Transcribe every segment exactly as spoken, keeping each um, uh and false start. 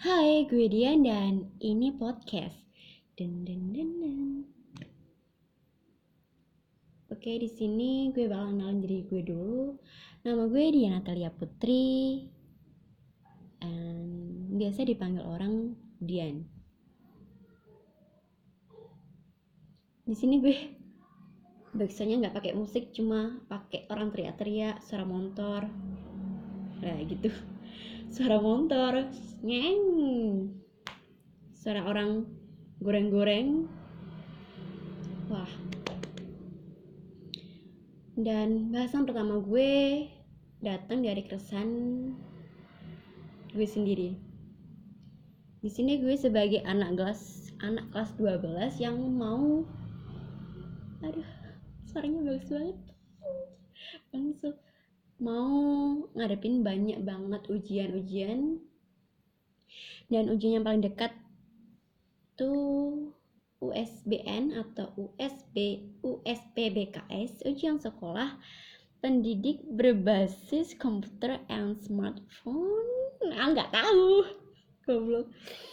Hai, gue Dian dan ini podcast. Den den den den. Oke, di sini gue bakal kenalin diri gue dulu. Nama gue Dian Natalia Putri. And biasa dipanggil orang Dian. Di sini gue backsoundnya nggak pakai musik, cuma pakai orang teriak-teriak, suara motor. Nah gitu, suara motor, ngeng. Suara orang goreng-goreng. Wah. Dan bahasan pertama gue datang dari keresahan gue sendiri. Di sini gue sebagai anak kelas anak kelas dua belas yang mau aduh, suaranya bagus banget. Langsung mau ngadepin banyak banget ujian-ujian. Dan ujian yang paling dekat tuh U S B N atau U S B U S P B K S, ujian sekolah pendidik berbasis komputer and smartphone. Nah, nggak tahu, goblok.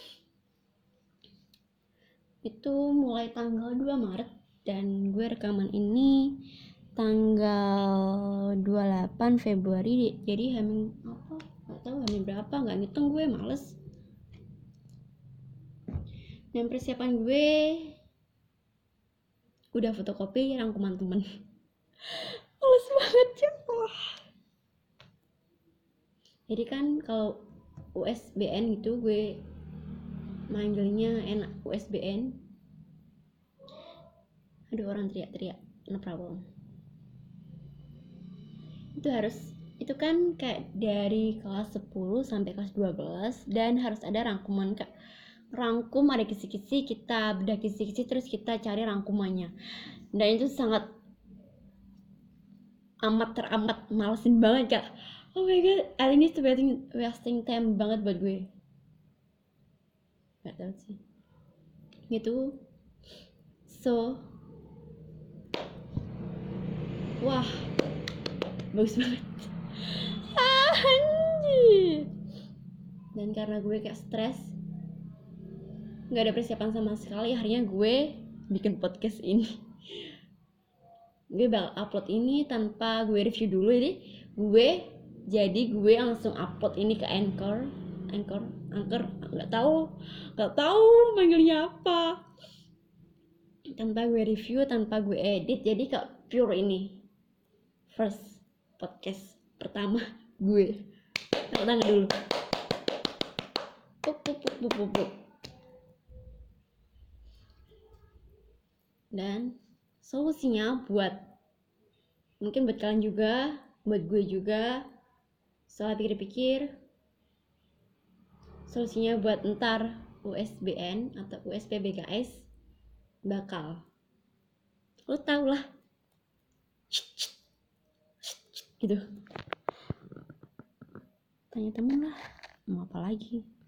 Itu mulai tanggal dua Maret dan gue rekaman ini tanggal dua puluh delapan Februari. Jadi hamil apa? Nggak tahu hamil berapa, nggak ngitung gue, males. Dan persiapan gue udah fotokopi rangkuman temen. Males banget ya. Jadi kan kalau U S B N gitu gue manggilnya enak U S B N. Aduh, orang teriak-teriak, no problem. Itu harus, itu kan kayak dari kelas sepuluh sampai kelas dua belas dan harus ada rangkuman, kak. Rangkum, ada kisi-kisi, kita bedah kisi-kisi terus kita cari rangkumannya. Dan itu sangat amat teramat malesin banget, kak. Oh my god, I think it's wasting, wasting time banget buat gue. Gak tau sih. Gitu. So, wah, bagus banget. Anjir. Dan karena gue kayak stres, nggak ada persiapan sama sekali, akhirnya gue bikin podcast ini. Gue bakal upload ini tanpa gue review dulu, jadi gue jadi gue langsung upload ini ke Anchor, Anchor, Anchor, nggak tahu, nggak tahu manggilnya apa. Tanpa gue review, tanpa gue edit, jadi kayak pure ini. First podcast pertama gue. Tepuk tangan dulu. Puk, puk, puk, puk, puk, puk. Dan solusinya buat mungkin buat kalian juga, buat gue juga, setelah pikir-pikir, solusinya buat ntar U S B N atau U S P B K S bakal, lo tau lah, gitu. Tanya temen lah, mau apa lagi.